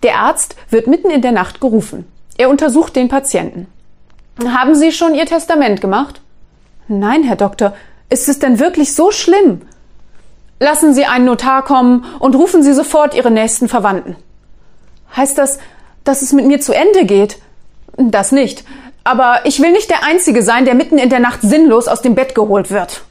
Der Arzt wird mitten in der Nacht gerufen. Er untersucht den Patienten. Haben Sie schon Ihr Testament gemacht? Nein, Herr Doktor. Ist es denn wirklich so schlimm? Lassen Sie einen Notar kommen und rufen Sie sofort Ihre nächsten Verwandten. Heißt das, dass es mit mir zu Ende geht? Das nicht. Aber ich will nicht der Einzige sein, der mitten in der Nacht sinnlos aus dem Bett geholt wird.